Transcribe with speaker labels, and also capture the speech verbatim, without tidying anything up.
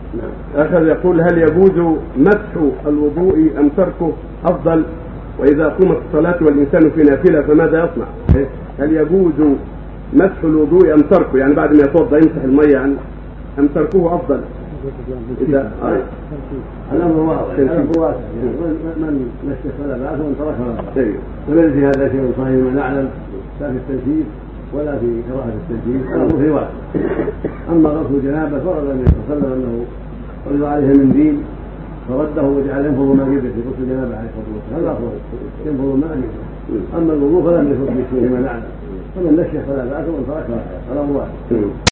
Speaker 1: آخر يقول: هل يجوز مسح الوضوء أم تركه أفضل؟ وإذا قامت الصلاة والإنسان في نافلة فماذا يصنع؟ هل يجوز مسح الوضوء أم تركه؟ يعني بعد ما يتوضأ يمسح المية يعني، أم تركه أفضل؟ إذا
Speaker 2: الأمر واضح، الأمر واسع، من مسح فلا بأس ومن ترك فلا بأس. وليس في هذا شيء صحيح ما نعلم، لا في التنفيذ ولا في كراهة التنفيذ، الأمر في واسع. أما غسل الجنابة فورد النبي صلى الله عليه وسلم أنه فرض عليه من دين فرده وجعل ينفض ما جبه في غسل الجنابة عليه الصلاة والسلام، هذا أفضل، ينفض الماء منه. أما الوضوء فلم يفض بشيء ما نعلم، فمن نشف فلا بأس ومن ترك فلا بأس، الأمر واحد.